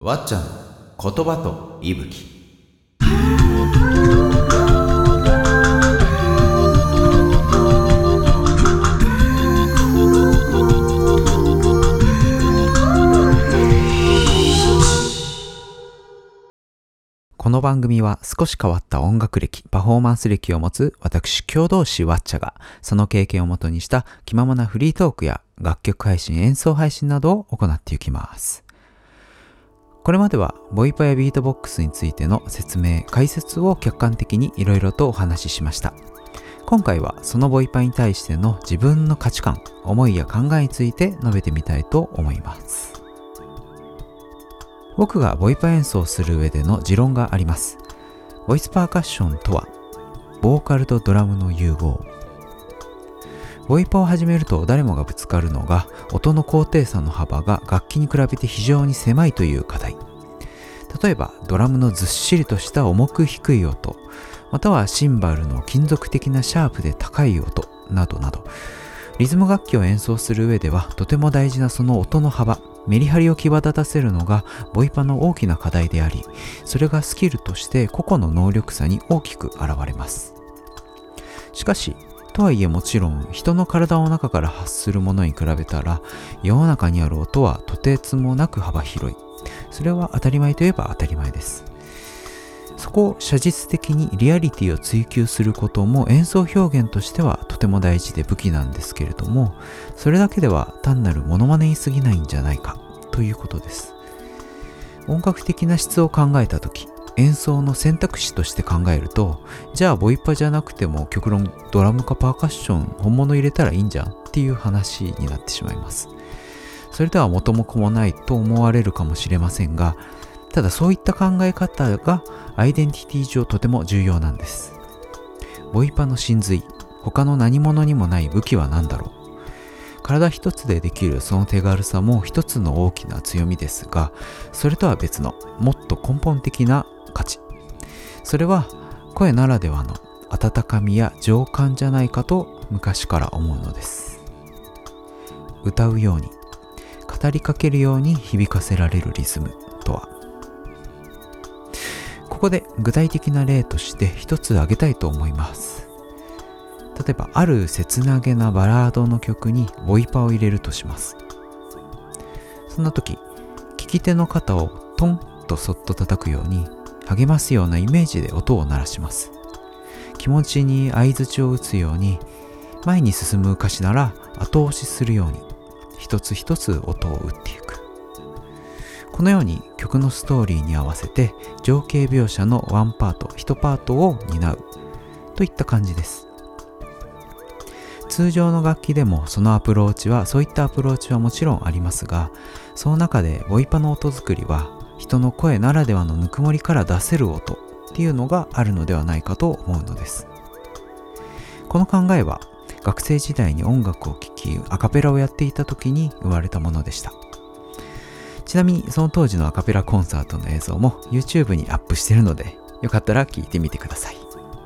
わっちゃんの言葉と息吹。この番組は少し変わった音楽歴、パフォーマンス歴を持つ私共同士わっちゃが、その経験をもとにした気ままなフリートークや楽曲配信、演奏配信などを行っていきます。これまではボイパやビートボックスについての説明、解説を客観的にいろいろとお話ししました。今回はそのボイパに対しての自分の価値観、思いや考えについて述べてみたいと思います。僕がボイパ演奏する上での持論があります。ボイスパーカッションとは、ボーカルとドラムの融合。ボイパを始めると誰もがぶつかるのが、音の高低差の幅が楽器に比べて非常に狭いという課題。例えば、ドラムのずっしりとした重く低い音、またはシンバルの金属的なシャープで高い音などなど、リズム楽器を演奏する上ではとても大事なその音の幅、メリハリを際立たせるのがボイパの大きな課題であり、それがスキルとして個々の能力差に大きく現れます。しかし、とはいえもちろん人の体の中から発するものに比べたら、世の中にある音はとてつもなく幅広い。それは当たり前といえば当たり前です。そこを写実的にリアリティを追求することも演奏表現としてはとても大事で武器なんですけれども、それだけでは単なるモノマネに過ぎないんじゃないかということです。音楽的な質を考えたとき、演奏の選択肢として考えると、じゃあボイパじゃなくても極論ドラムかパーカッション本物入れたらいいんじゃんっていう話になってしまいます。それでは元も子もないと思われるかもしれませんが、ただそういった考え方がアイデンティティ上とても重要なんです。ボイパの真髄、他の何者にもない武器は何だろう。体一つでできるその手軽さも一つの大きな強みですが、それとは別のもっと根本的な価値。それは声ならではの温かみや情感じゃないかと昔から思うのです。歌うように、語りかけるように響かせられるリズムとは。ここで具体的な例として一つ挙げたいと思います。例えば、ある切なげなバラードの曲にボイパを入れるとします。そんな時、聴き手の肩をトンとそっと叩くように、励ますようなイメージで音を鳴らします。気持ちに相槌を打つように、前に進む歌詞なら後押しするように、一つ一つ音を打っていく。このように曲のストーリーに合わせて情景描写のワンパート、一パートを担うといった感じです。通常の楽器でもそういったアプローチはもちろんありますが、その中でボイパの音作りは人の声ならではのぬくもりから出せる音っていうのがあるのではないかと思うのです。この考えは学生時代に音楽を聴きアカペラをやっていた時に生まれたものでした。ちなみにその当時のアカペラコンサートの映像も YouTube にアップしているので、よかったら聞いてみてください。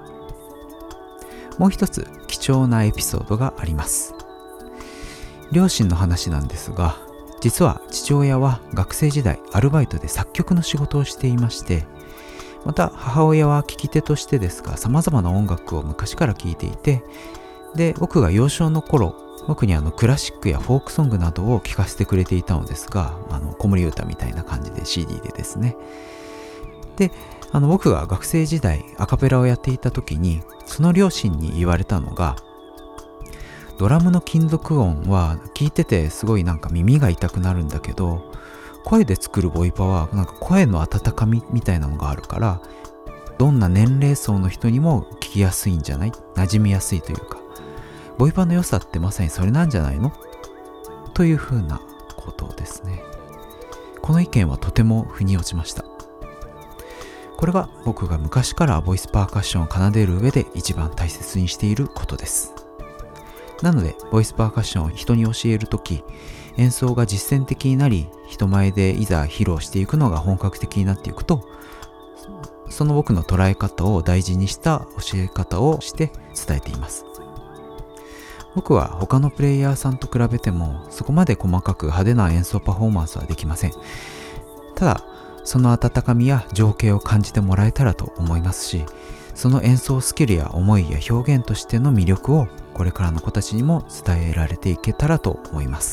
もう一つ貴重なエピソードがあります。両親の話なんですが、実は父親は学生時代アルバイトで作曲の仕事をしていまして、また母親は聴き手としてですが様々な音楽を昔から聴いていて、で、僕が幼少の頃、僕にクラシックやフォークソングなどを聴かせてくれていたのですが、子守歌みたいな感じで CD でですね。で、僕が学生時代アカペラをやっていた時に、その両親に言われたのが、ドラムの金属音は聞いててすごい耳が痛くなるんだけど、声で作るボイパは声の温かみみたいなのがあるから、どんな年齢層の人にも聞きやすいんじゃない？馴染みやすいというか、ボイパの良さってまさにそれなんじゃないの？というふうなことですね。この意見はとても腑に落ちました。これが僕が昔からボイスパーカッションを奏でる上で一番大切にしていることです。なので、ボイスパーカッションを人に教えるとき、演奏が実践的になり、人前でいざ披露していくのが本格的になっていくと、その僕の捉え方を大事にした教え方をして伝えています。僕は他のプレイヤーさんと比べてもそこまで細かく派手な演奏パフォーマンスはできません。ただその温かみや情景を感じてもらえたらと思いますし、その演奏スキルや思いや表現としての魅力をこれからの子たちにも伝えられていけたらと思います。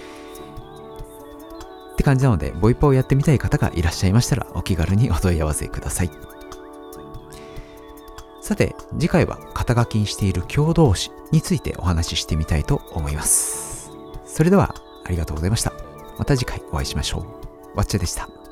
って感じなので、ボイパをやってみたい方がいらっしゃいましたらお気軽にお問い合わせください。さて、次回は肩書きにしている郷土史についてお話ししてみたいと思います。それではありがとうございました。また次回お会いしましょう。わっちゃでした。